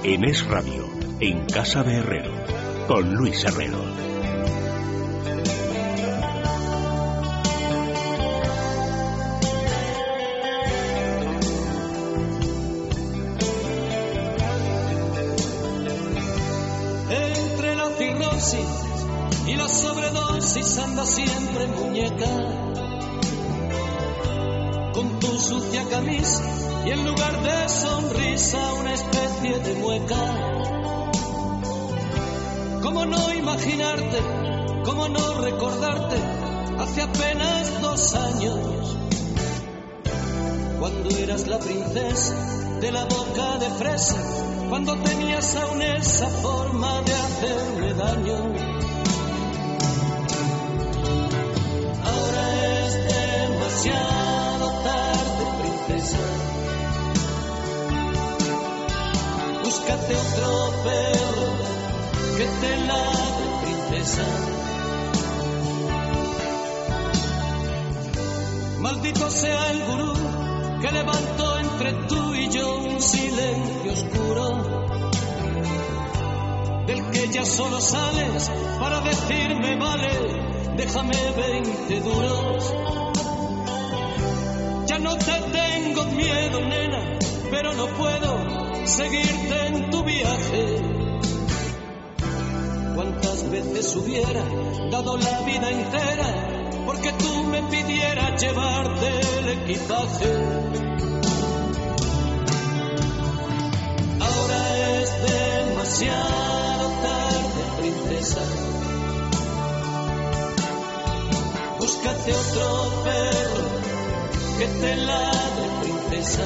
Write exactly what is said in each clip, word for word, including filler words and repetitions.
en Es Radio, en Casa de Herrero, con Luis Herrero. Entre la cirrosis y la sobredosis anda siempre muñeca, con tu sucia camisa y en lugar de sonrisa una especie de mueca. ¿Cómo no imaginarte, cómo no recordarte hace apenas dos años, cuando eras la princesa de la boca de fresa, cuando tenías aún esa forma de hacerme daño? Ahora es demasiado tarde, princesa. Búscate otro perro que te ladre, princesa. Maldito sea el gurú que levantó entre tú y yo un silencio oscuro, del que ya solo sales para decirme vale, déjame veinte duros. Ya no te tengo miedo, nena, pero no puedo seguirte en tu viaje. ¿Cuántas veces hubiera dado la vida entera porque tú me pidieras llevarte el equipaje? Ahora es demasiado tarde, princesa. Búscate otro perro que te ladre, princesa.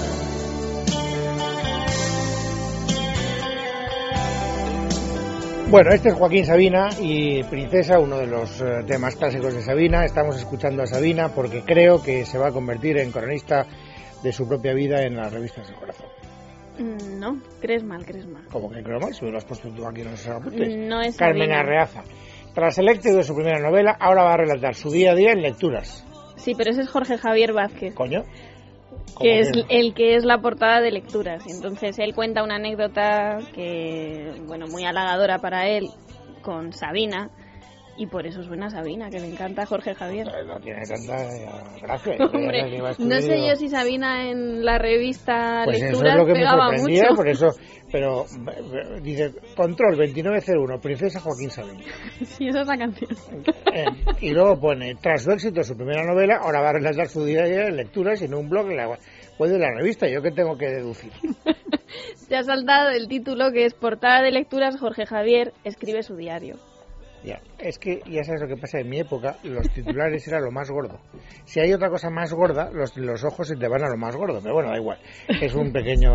Bueno, este es Joaquín Sabina y Princesa, uno de los uh, temas clásicos de Sabina. Estamos escuchando a Sabina porque creo que se va a convertir en cronista de su propia vida en las revistas del corazón. No, crees mal, crees mal. ¿Cómo que creo mal? Si me lo has puesto tú aquí en los apuntes. No es Carmen Sabina. Arreaza. Tras el éxito de su primera novela, ahora va a relatar su día a día en lecturas. Sí, pero ese es Jorge Javier Vázquez. ¿Coño? Que es el que es la portada de lecturas. Entonces él cuenta una anécdota que, bueno, muy halagadora para él con Sabina, y por eso suena Sabina, que le encanta a Jorge Javier. No tiene tanta gracia. Hombre, no sé yo si Sabina en la revista pues Lecturas eso es lo que pegaba me sorprendía, mucho. Por eso, pero dice control veintinueve cero uno, Princesa Joaquín Sabina. Sí, esa es la canción. Eh, y luego pone, tras su éxito su primera novela, ahora va a relatar su día a día en lecturas en un blog en la web de la revista. ¿Yo qué tengo que deducir? Te ha saltado el título, que es portada de lecturas, Jorge Javier escribe su diario. Ya, es que ya sabes lo que pasa, en mi época los titulares era lo más gordo. Si hay otra cosa más gorda, los, los ojos se te van a lo más gordo, pero bueno, da igual. Es un pequeño...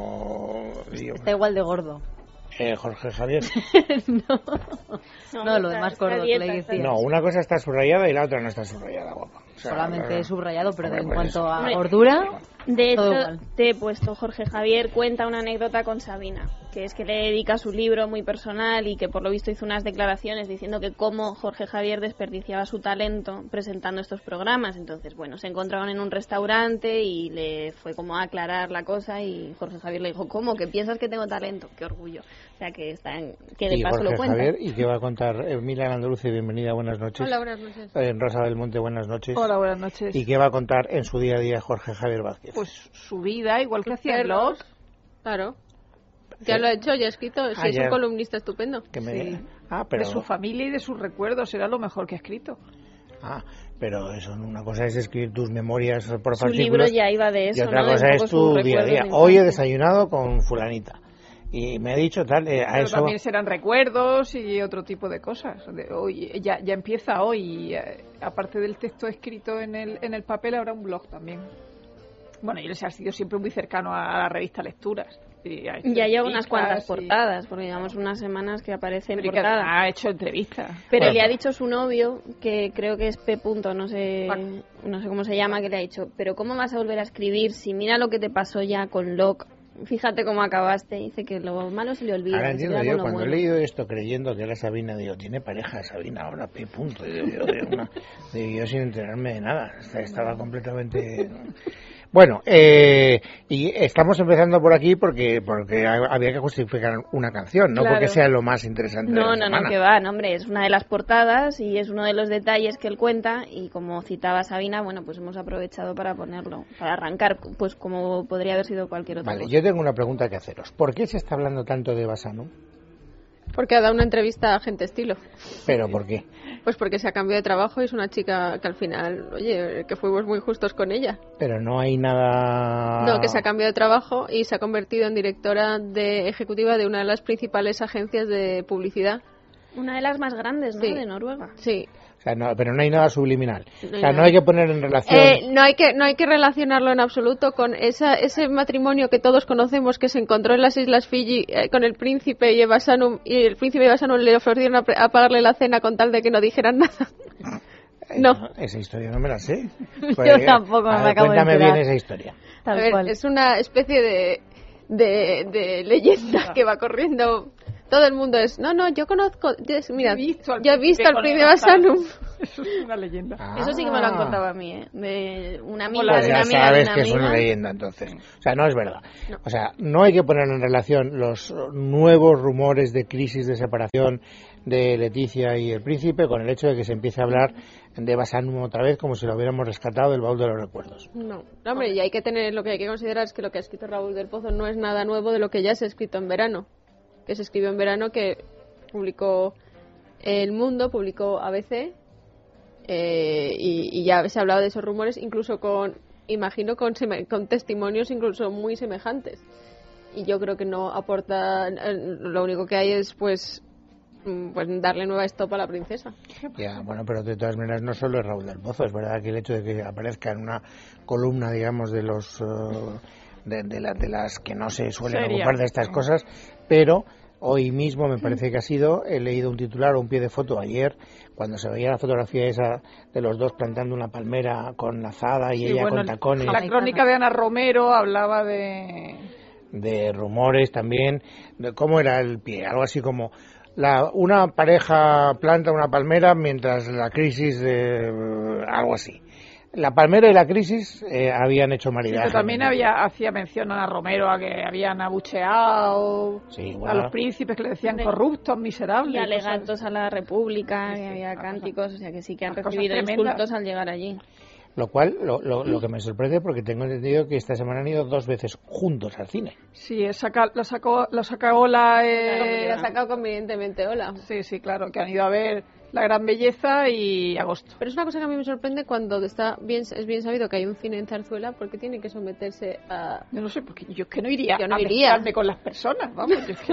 Está igual de gordo. Eh, Jorge Javier. no. no, no, lo demás gordo que le decías. No, una cosa está subrayada y la otra no está subrayada, guapa. O sea, solamente no, subrayado, pero hombre, en pues cuanto eso. a gordura... De hecho, te he puesto, Jorge Javier cuenta una anécdota con Sabina, que es que le dedica su libro muy personal y que por lo visto hizo unas declaraciones diciendo que cómo Jorge Javier desperdiciaba su talento presentando estos programas. Entonces, bueno, se encontraron en un restaurante y le fue como a aclarar la cosa y Jorge Javier le dijo, ¿cómo? ¿Que piensas que tengo talento? ¡Qué orgullo! O sea, que está en, que de y paso Jorge lo cuenta. Javier, ¿y qué va a contar Emilia Andaluce? Bienvenida, buenas noches. Hola, buenas noches. Eh, Rosa del Monte, buenas noches. Hola, buenas noches. ¿Y qué va a contar en su día a día Jorge Javier Vázquez? Pues su vida, igual que hacía blog. Claro. Ya lo ha hecho, ya ha escrito. Sí, ah, es ya. un columnista estupendo. Que me... Sí. ah, pero... De su familia y de sus recuerdos, era lo mejor que ha escrito. Ah, pero eso, una cosa es escribir tus memorias por Su fascículos. libro ya iba de eso, y otra ¿no? cosa es tu día a día. Hoy he desayunado con fulanita. Y me ha dicho tal, eh, a pero eso... también serán recuerdos y otro tipo de cosas. De hoy, ya, ya empieza hoy. Y, eh, aparte del texto escrito en el, en el papel, habrá un blog también. Bueno, y él se ha sido siempre muy cercano a la revista Lecturas. Y ya lleva unas cuantas y... portadas, porque llevamos unas semanas que aparece en pero portada. Ha hecho entrevistas. Pero bueno, le ha dicho su novio, que creo que es P. Punto, no sé, no sé cómo se llama, que le ha dicho, pero ¿cómo vas a volver a escribir si mira lo que te pasó ya con Locke? Fíjate cómo acabaste. Dice que lo malo se le olvida. Ahora entiendo yo, cuando bueno. he leído esto creyendo que era Sabina, digo, tiene pareja Sabina ahora, P. Punto. Digo, yo, de una, digo, yo sin enterarme de nada. Estaba completamente... Bueno, eh, y estamos empezando por aquí porque porque había que justificar una canción, no claro. porque sea lo más interesante no, de la no, semana. No, que va, no, hombre, es una de las portadas y es uno de los detalles que él cuenta y como citaba Sabina, bueno, pues hemos aprovechado para ponerlo, para arrancar, pues como podría haber sido cualquier otra Vale, cosa. Yo tengo una pregunta que haceros. ¿Por qué se está hablando tanto de Bassano? Porque ha dado una entrevista a Gente Estilo. ¿Pero por qué? Pues porque se ha cambiado de trabajo y es una chica que al final, oye, que fuimos muy justos con ella. Pero no hay nada... No, que se ha cambiado de trabajo y se ha convertido en directora de ejecutiva de una de las principales agencias de publicidad. Una de las más grandes, ¿no? Sí. De Noruega. Sí. O sea, no, pero no hay nada subliminal. No o sea, no no hay que poner en relación... Eh, no hay que no hay que relacionarlo en absoluto con esa, ese matrimonio que todos conocemos que se encontró en las Islas Fiji eh, con el príncipe y Eva Sanum, y el príncipe y Eva Sanum le ofrecieron a, a pagarle la cena con tal de que no dijeran nada. No. no. Esa historia no me la sé. Pues, Yo tampoco me ver, acabo cuéntame de enterar. bien esa historia. A ver, es una especie de, de, de leyenda que va corriendo... Todo el mundo es, no, no, yo conozco, yo, mira, he visto al yo he visto al príncipe Sanum. Eso es una leyenda. Ah. Eso sí que me lo han contado a mí, ¿eh? De una amiga, pues de ya una amiga, sabes de una que es amiga. una leyenda, entonces. O sea, no es verdad. No. O sea, no hay que poner en relación los nuevos rumores de crisis, de separación de Leticia y el príncipe con el hecho de que se empiece a hablar de Bassano otra vez como si lo hubiéramos rescatado del baúl de los recuerdos. No, no, hombre, y hay que tener, lo que hay que considerar es que lo que ha escrito Raúl del Pozo no es nada nuevo de lo que ya se ha escrito en verano. Que se escribió en verano, que publicó El Mundo, publicó A B C, eh, y, y ya se ha hablado de esos rumores, incluso con, imagino, con, seme- con testimonios incluso muy semejantes. Y yo creo que no aporta, lo único que hay es, pues, pues darle nueva estopa a la princesa. Ya, bueno, pero de todas maneras no solo es Raúl del Pozo, es verdad que el hecho de que aparezca en una columna, digamos, de los uh, de, de, la, de las que no se suelen Seria. ocupar de estas cosas, pero hoy mismo me parece que ha sido, he leído un titular o un pie de foto ayer, cuando se veía la fotografía esa de los dos plantando una palmera con lazada y Sí, ella bueno, con tacones. La crónica de Ana Romero hablaba de... de rumores también, de cómo era el pie, algo así como la una pareja planta una palmera mientras la crisis, de, algo así. La palmera y la crisis eh, habían hecho maridaje. Sí, pero también había hacía mención a Ana Romero a que habían abucheado sí, a bueno. los príncipes que le decían corruptos, miserables. Y cosas. alegatos a la República, Sí, que sí, había las cánticos, o sea que sí que han las cosas recibido tremendas. insultos al llegar allí. Lo cual, lo, lo, lo que me sorprende porque tengo entendido que esta semana han ido dos veces juntos al cine. Sí, es saca- lo sacó, lo sacó la... Eh... Lo ha sacado convenientemente, hola. Sí, sí, claro, que han ido a ver La Gran Belleza y Agosto. Pero es una cosa que a mí me sorprende cuando está bien, es bien sabido que hay un cine en Zarzuela, porque tiene que someterse a... Yo no sé, porque yo es que no iría Yo no a iría. mezclarme con las personas, vamos. Yo es que-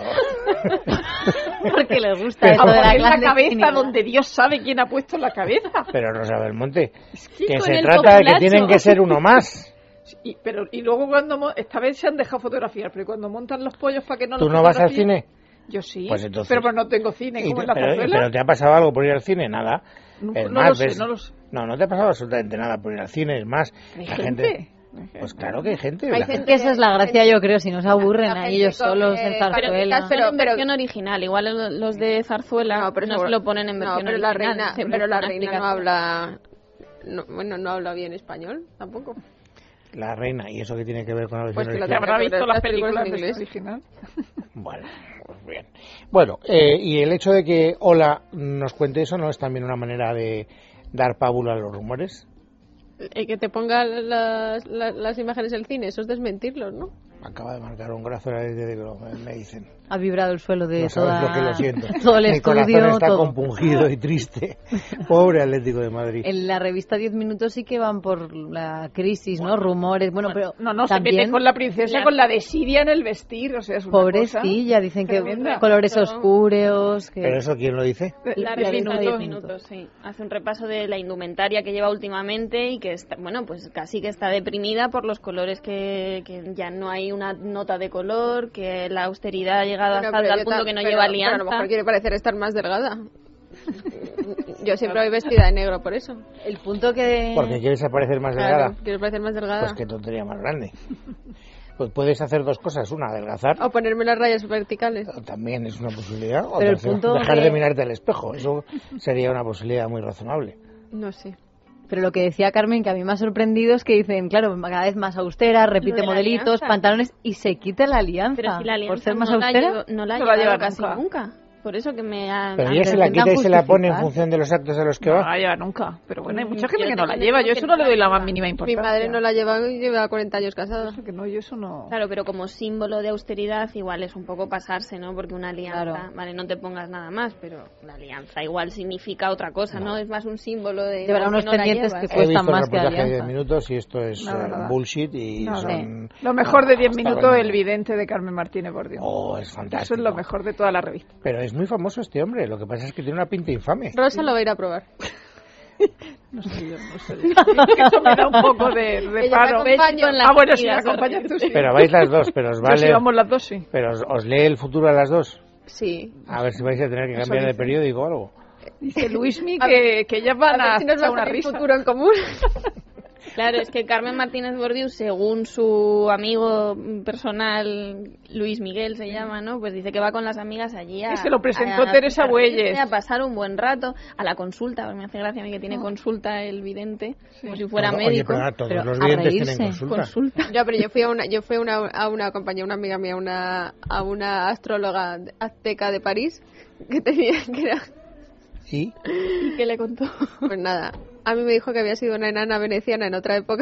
Pero, Porque le gusta a eso de la poner la cabeza clandestinidad. donde Dios sabe quién ha puesto la cabeza. pero Rosa Belmonte, que que con se el trata de que populacho. tienen que ser uno más. Y, pero, y luego cuando... mo- Esta vez se han dejado fotografiar, pero cuando montan los pollos para que no ¿Tú los no vas al fotografíen- cine? Yo sí, Pues entonces- pero, pero no tengo cine, Y como te- en la pero, zarzuela. pero ¿te ha pasado algo por ir al cine? Nada. No, Es no más, lo sé, ves- no lo sé. No, no te ha pasado absolutamente nada por ir al cine. Es más, Hay la gente. gente... Pues claro que hay gente. Hay la gente Que esa es la gracia, yo creo, si no se aburren La ahí gente ellos con, solos eh, en pero- Zarzuela. pero- Pero en versión original, igual los de Zarzuela no, pero se seguro- lo ponen en no, versión pero la original. reina, siempre pero la una reina no explicación. habla... No, bueno, no habla bien español, tampoco. La reina, ¿y eso qué tiene que ver con la versión Pues que la ¿Te original? habrá visto las Las películas películas en en inglés. original? Bueno, pues bien. Bueno, eh, y el hecho de que Ola nos cuente eso no es también una manera de dar pábulo a los rumores. El que te ponga las, las, las imágenes del cine, eso es desmentirlos, ¿no? Acaba de marcar un corazón desde que lo- me dicen. Ha vibrado el suelo de No sabes toda, lo que lo siento. todo el Mi estudio, corazón está todo. compungido y triste. Pobre Atlético de Madrid. En la revista diez minutos sí que van por la crisis, ¿no? Rumores, bueno, pero No, no, se también mete con la princesa, con la desidia en el vestir, o sea, es una pobrecilla, dicen que tremenda. colores Pero- oscuros, que... ¿Pero eso quién lo dice? cosa. La Diez revista minutos. diez minutos, sí. Hace un repaso de la indumentaria que lleva últimamente y que está, bueno, pues casi que está deprimida por los colores que, que ya no hay una nota de color, que la austeridad ha llegado Bueno, hasta pero tal yo punto ta- que no pero- lleva pero alianza. a lo mejor quiere parecer estar más delgada. Yo siempre voy vestida de negro por eso. El punto que... Porque quieres aparecer más Claro, delgada. quiero parecer más delgada. Pues qué tontería más grande. Pues puedes hacer dos cosas. Una, adelgazar. O ponerme las rayas verticales. También es una posibilidad. O Pero el tercero, punto dejar de- de mirarte al espejo. Eso sería una posibilidad muy razonable. No sé. Pero lo que decía Carmen, que a mí me ha sorprendido, es que dicen, claro, cada vez más austera, repite modelitos, alianza. Pantalones, y se quita la alianza. Pero si la alianza por ser más no austera. La llevo, no la, no la lleva casi nunca. nunca. Por eso que me ha... Pero ella se la quita y se la pone en función de los actos a los que no va. No la lleva nunca. Pero bueno, hay mucha gente yo que no la lleva. Yo eso no le doy la más mínima importancia. Mi madre no la lleva y lleva cuarenta años casada. Eso que no, yo eso no... Claro, pero como símbolo de austeridad igual es un poco pasarse, ¿no? Porque una alianza, claro. vale, no te pongas nada más, pero la alianza igual significa otra cosa, ¿no? ¿no? Es más un símbolo de... Llevará unos no pendientes que cuestan más que la alianza. He visto el reportaje de diez minutos y esto es nada, uh, nada. bullshit y nada. son... Sí. Lo mejor de diez no, minutos, el vidente de Carmen Martínez Bordiú. Oh, es fantástico. Eso es lo mejor de toda la revista. Pero es muy famoso este hombre, lo que pasa es que tiene una pinta infame. Rosa lo va a ir a probar. No sé, yo no sé. Eso me da un poco de reparo. Ah, bueno, si me acompañas tú, sí. Pero vais las dos, pero os vale... Pero si vamos las dos, sí. Pero os, os lee el futuro a las dos. Sí. A ver si vais a tener que cambiar de periódico o algo. Dice Luismi que, que ellas van a, a, ver si nos a va una a risa. futuro en común. Claro, es que Carmen Martínez Bordiú, según su amigo personal, Luis Miguel se llama, ¿no? Pues dice que va con las amigas allí a... Que se lo presentó a, Teresa a, Bueyes. A pasar un buen rato, a la consulta, me hace gracia a mí que tiene oh. consulta el vidente, sí. como si fuera Todo, médico. Oye, pero todos pero los videntes tienen consulta. consulta. Yo, pero yo fui a una, yo fui a una, a una compañía, una amiga mía, una, a una astróloga azteca de París, que tenía, que era... ¿Y? ¿Y qué le contó? Pues nada, a mí me dijo que había sido una enana veneciana en otra época.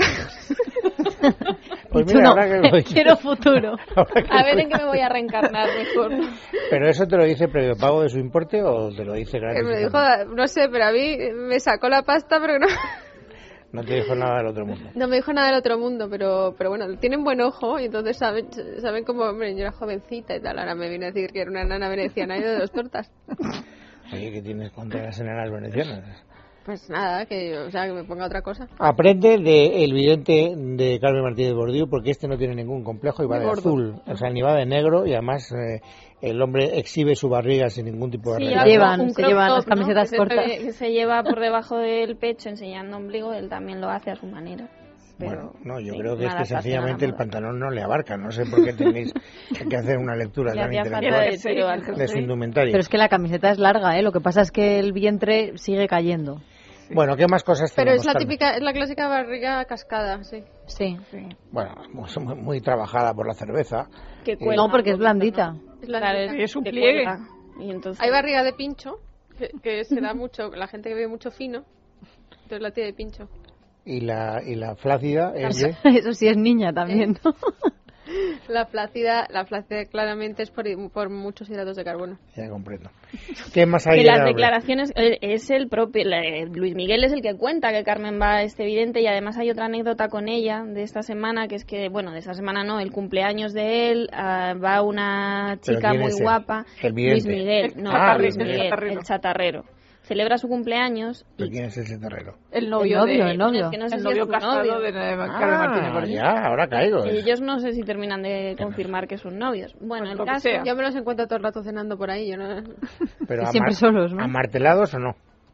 Pues mira, no, ahora que voy... quiero futuro. A ver en qué me voy a reencarnar mejor. ¿Pero eso te lo dice previo pago de su importe o te lo dice gratis? Que me dijo, no sé, pero a mí me sacó la pasta, pero no... No te dijo nada del otro mundo. No me dijo nada del otro mundo, pero pero bueno, tienen buen ojo y entonces saben saben cómo, hombre, yo era jovencita y tal, ahora me vine a decir que era una enana veneciana y de dos tortas. Oye, ¿qué tienes contra las enanas venecianas? Pues nada, que, o sea, que me ponga otra cosa. Aprende del vidente de Carmen Martínez Bordiú, porque este no tiene ningún complejo y va de gordo. azul, o sea, ni va de negro, y además eh, el hombre exhibe su barriga sin ningún tipo de sí, regla. llevan, un se llevan las camisetas ¿no? cortas. Que se, que se lleva por debajo del pecho enseñando ombligo, él también lo hace a su manera. Pero, bueno, no, yo sí, creo que es que adaptación sencillamente a la el pantalón no le abarca. No sé por qué tenéis que hacer una lectura Le tan hacía falta intelectual de, de su indumentaria. Pero es que la camiseta es larga, ¿eh? Lo que pasa es que el vientre sigue cayendo. Bueno, ¿qué más cosas Pero tenemos, es la Carmen? típica, es la clásica barriga cascada, sí. Sí. Sí. Bueno, muy, muy trabajada por la cerveza. que cuelga No, porque un es blandita. poquito, ¿no? Es la Claro, típica. es un que pliegue. cuelga. Y entonces, Hay barriga de pincho, que, que se da mucho, la gente que bebe mucho fino, entonces la tiene de pincho. Y la, y la flácida es de... Eso sí es niña también, ¿no? La flácida, la flácida claramente es por, por muchos hidratos de carbono. Ya comprendo. ¿Qué más hay de de las la- declaraciones, eh, es el propio, la- eh, Luis Miguel es el que cuenta que Carmen va a este vidente, y además hay otra anécdota con ella de esta semana, que es que, bueno, de esta semana no, el cumpleaños de él, ah, va una ¿Pero chica quién muy es él? guapa, El Luis vidente. Miguel, no, Ah, Luis Luis Miguel. Miguel, Chatarrero. el chatarrero. Celebra su cumpleaños ¿Pero y quién es ese terrero? El novio, El novio, de, el novio. es que no sé el si novio es su casado novio. de Carmen Martínez Ah, Bordiú. ya, ahora caigo. Ellos no sé si terminan de confirmar que son novios. Bueno, Pues el lo que caso... sea. Yo me los encuentro todo el rato cenando por ahí, yo no... Pero Y amar- siempre solos, ¿no? ¿Amartelados o no?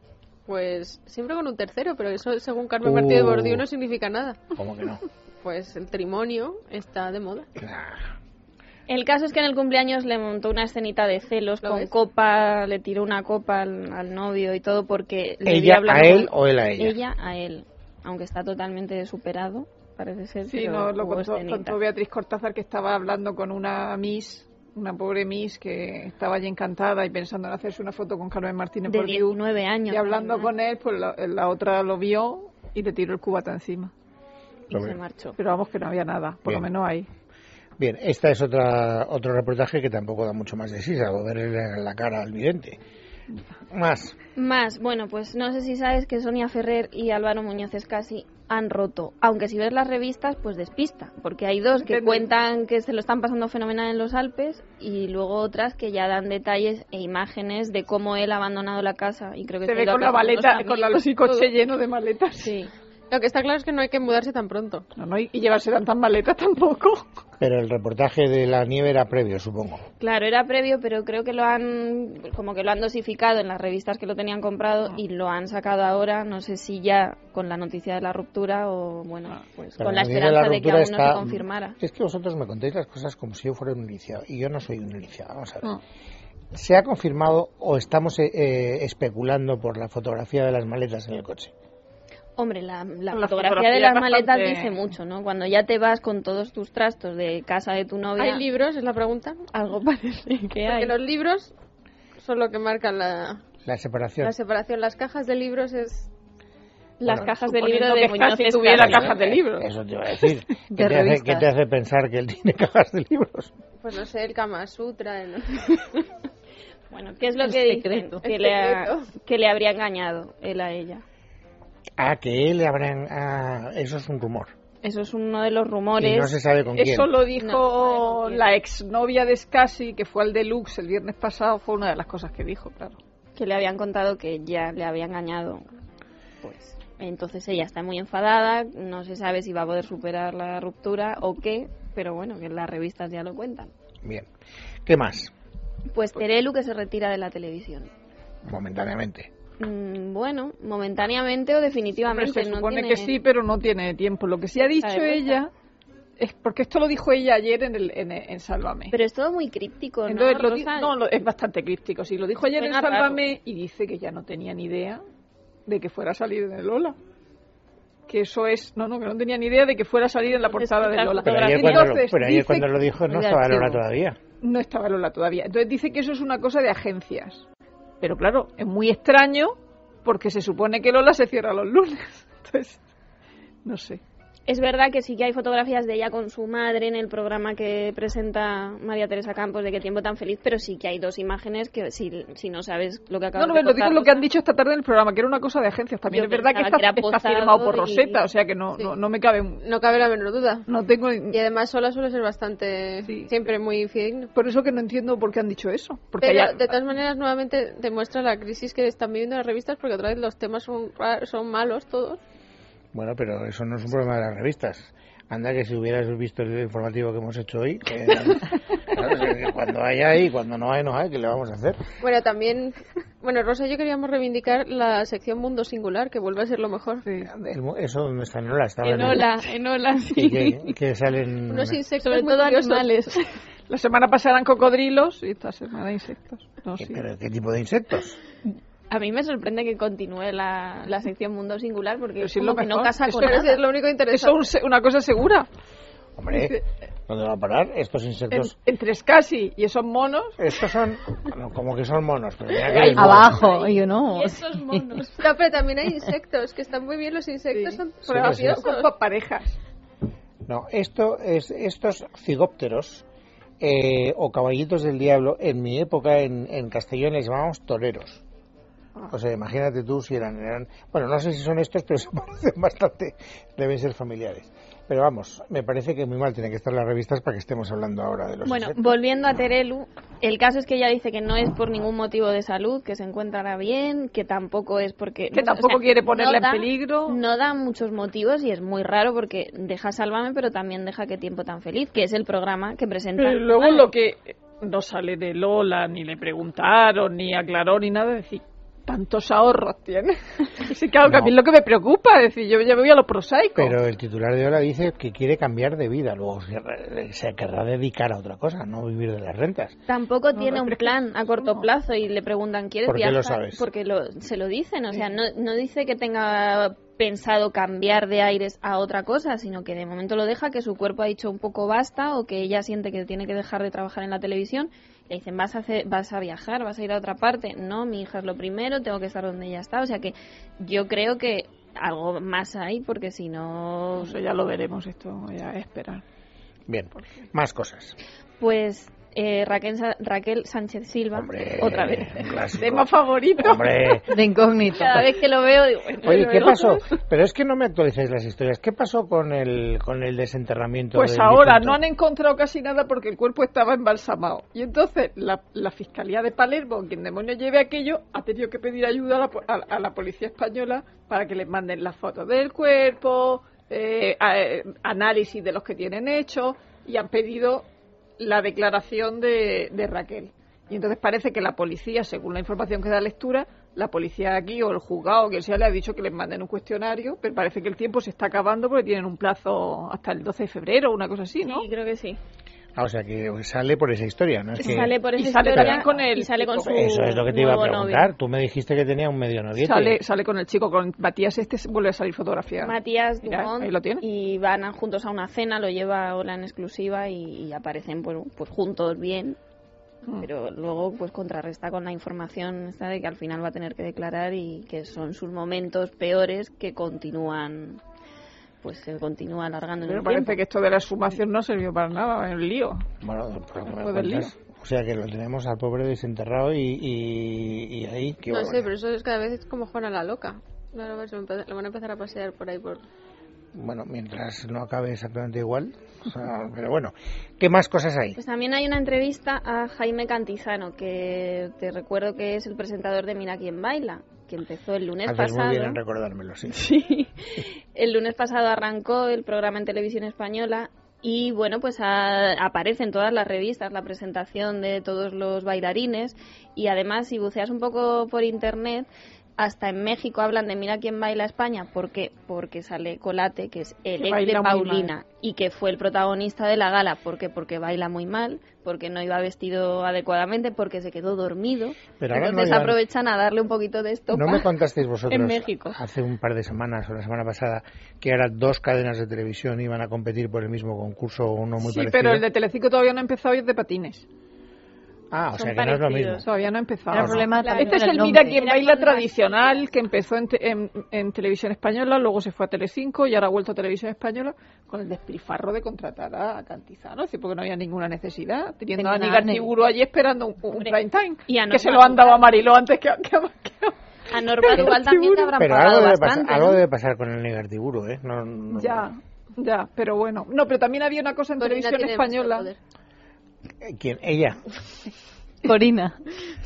Pues siempre con un tercero, pero eso según Carmen Uh. Martínez Bordiú no significa nada. ¿Cómo que no? Pues el trimonio está de moda. El caso es que en el cumpleaños le montó una escenita de celos ¿Lo con ves? copa, le tiró una copa al, al novio y todo porque... le vi ¿Ella a hablando él con- o él a ella? Ella a él, aunque está totalmente superado, parece ser. Sí, pero no, lo hubo contó, escenita. contó Beatriz Cortázar, que estaba hablando con una Miss, una pobre Miss que estaba allí encantada y pensando en hacerse una foto con Carmen Martínez De Bordiú. diecinueve años. Y hablando además, con él, pues la, la otra lo vio y le tiró el cubata encima. y se marchó. Pero vamos, que no había nada, por Bien. lo menos ahí. Bien, esta es otra otro reportaje que tampoco da mucho más de sí, salvo verle la cara al vidente. Más. Más, bueno, pues no sé si sabes que Sonia Ferrer y Álvaro Muñoz Escasi han roto, aunque si ves las revistas, pues despista, porque hay dos que Entiendo. cuentan que se lo están pasando fenomenal en los Alpes y luego otras que ya dan detalles e imágenes de cómo él ha abandonado la casa y creo que Se ha ve ido a con la casa unos maleta, con la- amigos el y todo. coche lleno de maletas. Sí. Lo que está claro es que no hay que mudarse tan pronto. No, no, y y llevarse tantas maletas tampoco. Pero el reportaje de la nieve era previo, supongo. Claro, era previo, pero creo que lo han como que lo han dosificado en las revistas que lo tenían comprado y lo han sacado ahora, no sé si ya con la noticia de la ruptura o bueno, pues Pero con la noticia esperanza de, que ruptura aún no está- se confirmara. Es que vosotros me contáis las cosas como si yo fuera un iniciado, y yo no soy un iniciado. Vamos a ver. No. ¿Se ha confirmado o estamos eh, eh, especulando por la fotografía de las maletas en el coche? Hombre, la, la, la fotografía, fotografía de las bastante... maletas dice mucho, ¿no? Cuando ya te vas con todos tus trastos de casa de tu novia... ¿Hay libros? Es la pregunta. Algo parece que hay. Porque los libros son lo que marcan la, La separación. la separación. Las cajas de libros es... Las Bueno, cajas de libro suponiendo de que Muñoz Casi Escalante. tuviera cajas de libros. Eso te iba a decir. ¿Qué, De te hace, revistas. ¿Qué te hace pensar que él tiene cajas de libros? Pues no sé, el Kama Sutra... el- Bueno, ¿qué es lo El que dicen? secreto. Que El le, ha- secreto. que le habría engañado él a ella. Ah, que él le habrán... Ah, eso es un rumor. Eso es uno de los rumores. Y no se sabe con quién. Eso lo dijo No, no, la exnovia de Scassi, que fue al Deluxe el viernes pasado, fue una de las cosas que dijo, claro. Que le habían contado que ya le había engañado. Pues entonces ella está muy enfadada, no se sabe si va a poder superar la ruptura o qué, pero bueno, que las revistas ya lo cuentan. Bien. ¿Qué más? Pues Terelu, que se retira de la televisión. Momentáneamente. Mm, bueno, momentáneamente o Hombre, definitivamente. se no supone tiene- que sí, pero no tiene tiempo. Lo que sí ha dicho de vuelta. ella, es porque esto lo dijo ella ayer en, el, en, en Sálvame. Pero es todo muy críptico, ¿no, Entonces, lo di- Rosa? no, lo- es bastante críptico. Sí, lo dijo ayer en Suena raro. Sálvame y dice que ya no tenía ni idea de que fuera a salir en el Lola. Que eso es... No, no, que no tenía ni idea de que fuera a salir en la Entonces, portada del la Lola. Pero ayer, Fotografía. cuando lo, Entonces, pero ayer dice cuando lo dijo no Muy estaba Lola activo. todavía. No estaba Lola todavía. Entonces dice que eso es una cosa de agencias. Pero claro, es muy extraño porque se supone que Lola se cierra los lunes. Entonces, no sé. Es verdad que sí que hay fotografías de ella con su madre en el programa que presenta María Teresa Campos de Qué tiempo tan feliz, pero sí que hay dos imágenes que si, si no sabes lo que acabas No, no, de lo digo contar, lo que han Rosa, dicho esta tarde en el programa, que era una cosa de agencias. También Yo es verdad que pensaba está, que era está posado firmado por y- Rosetta, o sea que no, Sí. no, no me cabe... un- No cabe la menor duda. No tengo... Y además sola suele ser bastante... Sí. Siempre muy fidedigno. Por eso que no entiendo por qué han dicho eso. Porque Pero haya- de todas maneras nuevamente demuestra la crisis que están viviendo las revistas porque otra vez los temas son, ra- son malos todos. Bueno, pero eso no es un problema de las revistas. Anda que si hubieras visto el informativo que hemos hecho hoy, que, claro, es que cuando hay hay, cuando no hay no hay, ¿qué le vamos a hacer? Bueno, también... Bueno, Rosa y yo queríamos reivindicar la sección Mundo Singular, que vuelve a ser lo mejor. Sí. El mu- eso donde está en Ola, estaba En el- ola, en ola, sí. y que, que salen Unos insectos Sobre muy todo curiosos. animales. La semana pasada eran cocodrilos y esta semana insectos. No, sí. ¿Pero qué tipo de insectos? A mí me sorprende que continúe la, la sección Mundo Singular porque Pero es si es como lo que no mejor. casa Eso con Pero nada. es lo único Eso interesante. es un se- una cosa segura. Hombre, ¿dónde va a parar estos En- insectos? entre Scassi y esos monos, Estos son, bueno, como que son monos, pero mira que Ahí les mola. Abajo, y yo no. Y estos monos. No, pero también hay insectos, que están muy bien los insectos, sí, son Sí, preciosos. sí. con parejas. No, esto es, estos cigópteros eh, o caballitos del diablo, en mi época en, en Castellón les llamábamos toreros. O sea, imagínate tú si eran, eran... Bueno, no sé si son estos, pero se parecen bastante. Deben ser familiares. Pero vamos, me parece que muy mal tienen que estar las revistas para que estemos hablando ahora de los Bueno, insectos. volviendo a Terelu, el caso es que ella dice que no es por ningún motivo de salud, que se encontrará bien, que tampoco es porque... Que tampoco quiere ponerla en da- peligro. No da muchos motivos y es muy raro porque deja Sálvame, pero también deja Qué tiempo tan feliz, que es el programa que presenta. Pero luego Vale. lo que no sale de Lola, ni le preguntaron, ni aclaró, ni nada, decir, tantos ahorros tiene. Sí, claro, que a mí es lo que me preocupa, es decir, yo ya me voy a lo prosaico. Pero el titular de Ola dice que quiere cambiar de vida, luego se, se querrá dedicar a otra cosa, no vivir de las rentas. Tampoco No, tiene no, un pero es que- plan a corto no. plazo y le preguntan, ¿quieres ¿Por qué viajar? lo sabes? Porque lo, se lo dicen, o sea, no, no dice que tenga pensado cambiar de aires a otra cosa, sino que de momento lo deja, que su cuerpo ha dicho un poco basta o que ella siente que tiene que dejar de trabajar en la televisión. Le dicen, vas a, hacer, vas a viajar, vas a ir a otra parte. No, mi hija es lo primero, tengo que estar donde ella está. O sea que yo creo que algo más hay, porque si no... No sé, ya lo veremos, esto ya es esperar. Bien, más cosas. Pues eh, Raquel, Sa- Raquel Sánchez Silva, Hombre, otra vez. un clásico. Tema favorito. Hombre, De incógnito. Cada vez que lo veo digo, bueno, oye, lo ¿qué veo. pasó? Pero es que no me actualizáis las historias. ¿Qué pasó con el con el desenterramiento? Pues del ahora difunto? no han encontrado casi nada porque el cuerpo estaba embalsamado. Y entonces la, la Fiscalía de Palermo, quien demonios lleve aquello, ha tenido que pedir ayuda a la, po- a, a la policía española para que les manden las fotos del cuerpo, eh, a- eh, análisis de los que tienen hechos, y han pedido la declaración de, de Raquel. Y entonces parece que la policía, según la información que da lectura, la policía aquí o el juzgado, que sea, le ha dicho que les manden un cuestionario, pero parece que el tiempo se está acabando porque tienen un plazo hasta el doce de febrero o una cosa así, ¿no? Sí, creo que sí. Ah, o sea que sale por esa historia, ¿no? Es que... Sale por esa y sale historia también con el y sale con su Eso es lo que te iba a nuevo preguntar. novio. Tú me dijiste que tenía un medio noviete. Sale, sale con el chico, con Matías este vuelve a salir fotografía. Matías Mira, Dumont, ahí lo tiene. y van a- juntos a una cena, lo lleva Ola en exclusiva y, y aparecen pues, pues juntos bien, Mm. pero luego pues contrarresta con la información esta de que al final va a tener que declarar y que son sus momentos peores que continúan, pues se continúa alargando en Pero el parece tiempo. que esto de la exhumación no sirvió para nada, en el lío. Bueno, pero me Después del cuentas, o sea que lo tenemos al pobre desenterrado y, y, y ahí... Qué No bueno. sé, pero eso es cada vez es como Juana la loca. Claro, a ver, se lo empe- lo van a empezar a pasear por ahí por... Bueno, mientras no acabe exactamente igual. O sea, pero bueno, ¿qué más cosas hay? Pues también hay una entrevista a Jaime Cantizano, que te recuerdo que es el presentador de Mira quién baila, que empezó el lunes Haces pasado. muy bien en recordármelo, sí. Sí. El lunes pasado arrancó el programa en Televisión Española y bueno, pues a- aparece en todas las revistas la presentación de todos los bailarines y además si buceas un poco por internet, hasta en México hablan de Mira quién baila España, ¿por qué? Porque sale Colate, que es el Que ex baila de muy Paulina mal. y que fue el protagonista de la gala, ¿por qué? Porque baila muy mal, porque no iba vestido adecuadamente, porque se quedó dormido. Pero ahora no Entonces llevan- aprovechan a darle un poquito de esto. ¿No me contasteis vosotros en México. hace un par de semanas o la semana pasada que ahora dos cadenas de televisión iban a competir por el mismo concurso, uno muy Sí, parecido? pero el de Telecinco todavía no ha empezado y es de patines. Ah, o Son sea que no es lo parecidos. mismo. Todavía no ha empezado. Era el problema Claro. también Este es con el el Mira nombre. quién Era baila fantástico. tradicional que empezó en, te- en, en Televisión Española, luego se fue a Telecinco y ahora ha vuelto a Televisión Española con el despilfarro de contratar a Cantizano, es decir, porque no había ninguna necesidad, teniendo a Tenía Anígar ne- Tiburo allí esperando un, un Hombre, prime time, y a que Norma se lo han dado a Duval. Mariló antes que a... que a- que a- A Norma Duval también te habrán Pero pagado algo debe, bastante, pasar, algo ¿no? debe pasar con el Negartiburo, ¿eh? No, no- Ya, ya, pero bueno. No, pero también había una cosa en Corina Televisión tiene Española... mucho poder. Eh, ¿Quién? Ella. Corina.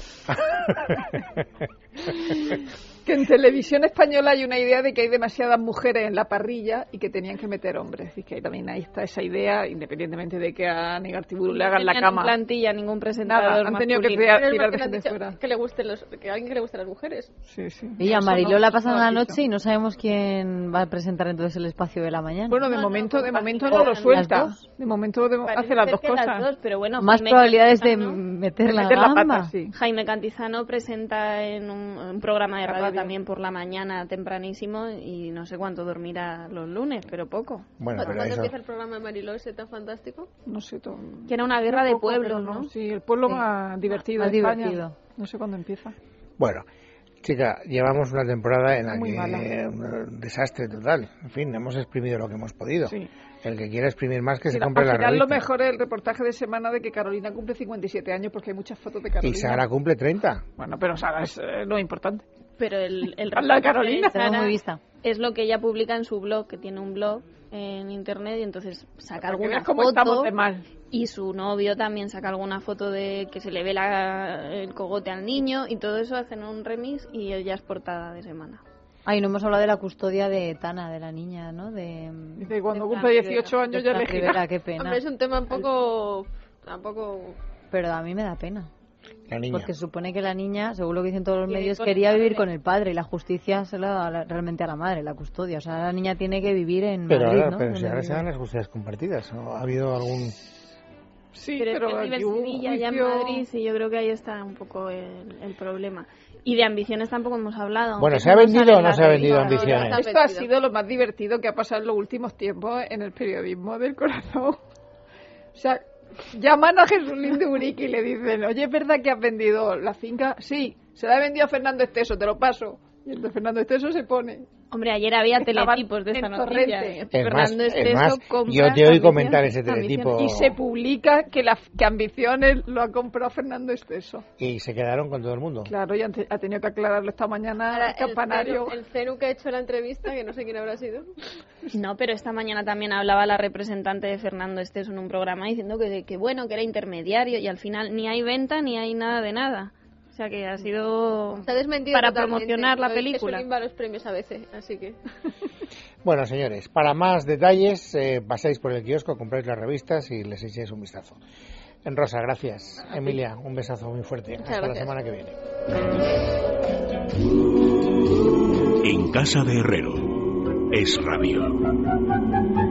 Que en Televisión Española hay una idea de que hay demasiadas mujeres en la parrilla y que tenían que meter hombres. Y que ahí también ahí está esa idea, independientemente de que a Negartiburu le hagan la tenían cama. en plantilla ningún presentador Nada, han tenido que masculino. tirar, Pero es tirar porque de le han gente dicho fuera. que le gusten los, que a alguien que le gusten las mujeres. Sí, sí. Y a Eso Mariló no- la pasan no la ha dicho. noche y no sabemos quién va a presentar entonces el espacio de la mañana. Bueno, de No, no, momento, de compartirán momento no lo las suelta. dos. De momento de- Parece hace las ser dos que cosas. las dos, pero bueno, Más Jaime probabilidades de Cantizano- meter De la meter la gamba. pata, sí. Jaime Cantizano presenta en un, un programa de La radio, radio. también por la mañana tempranísimo y no sé cuánto dormirá los lunes, pero poco. Bueno, pero ¿Cuándo eso... empieza el programa de Mariló ese tan fantástico? No sé, todo. Que era una guerra de Poco, pero pueblos, no. ¿no? Sí, el pueblo Sí. más divertido Más de España. divertido. No sé cuándo empieza. Bueno, chica, llevamos una temporada en la Muy que... mala. Un desastre total. En fin, hemos exprimido lo que hemos podido. Sí. El que quiera exprimir más que se Mira, compre al la final revista. lo mejor es el reportaje de semana de que Carolina cumple cincuenta y siete años porque hay muchas fotos de Carolina. Y Sara cumple treinta. Bueno, pero Sara es eh, lo importante. Pero el, el Habla reportaje Carolina. de Tengo Sara muy vista. es lo que ella publica en su blog, que tiene un blog en internet y entonces saca Para que alguna veas cómo foto estamos de mal. y su novio también saca alguna foto de que se le ve la, el cogote al niño y todo eso hacen un remix y ella es portada de semana. Ay, no hemos hablado de la custodia de Tana, de la niña, ¿no? De, Dice, cuando de cumple Fran dieciocho de años ya Fran elegirá. Rivera, qué pena. Hombre, es un tema un poco... Tampoco... Pero a mí me da pena. La niña. Porque se supone que la niña, según lo que dicen todos los Vive medios, con quería el vivir padre. con el padre y la justicia se la da a la- realmente a la madre, la custodia. O sea, la niña tiene que vivir en Pero Madrid, ahora, ¿no? pero si Donde ahora se vive. dan las custodias compartidas. ¿No? ¿Ha habido algún...? Sí, Pero, pero, es que él vive aquí en hubo un Sevilla, ya en juicio- Madrid, y yo creo que ahí está un poco el, el problema. Y de ambiciones tampoco hemos hablado. Bueno, aunque ¿se ha eso vendido sale o en no la se ha vendido revista. Ambiciones? Esto ha sido lo más divertido que ha pasado en los últimos tiempos en el periodismo del corazón. O sea, llaman a Jesús Linduric y le dicen, oye, ¿es verdad que has vendido la finca? Sí, se la he vendido a Fernando Esteso, te lo paso. Y entonces Fernando Esteso se pone. Hombre, ayer había Estaban teletipos de esta en noticia. Torrente. Es más, Fernando es Esteso más, compra yo te oí Ambiciones- comentar ese teletipo. Ambiciones. Y se publica que, la, que Ambiciones lo ha comprado FernandoEsteso. Y se quedaron con todo el mundo. Claro, y han te- ha tenido que aclararlo esta mañana Ahora, el campanario. El Cenu que ha hecho la entrevista, que no sé quién habrá sido. No, pero esta mañana también hablaba la representante de Fernando Esteso en un programa diciendo que, que bueno, que era intermediario y al final ni hay venta ni hay nada de nada. O sea que ha sido Se ha desmentido para totalmente. promocionar la Lo dice película. Solín va a los premios a veces, así que... Bueno, señores, para más detalles eh, pasáis por el kiosco, compráis las revistas y les echéis un vistazo. En Rosa, gracias. Emilia, un besazo muy fuerte. Muchas Hasta la gracias. semana que viene. En casa de Herrero. Es Radio.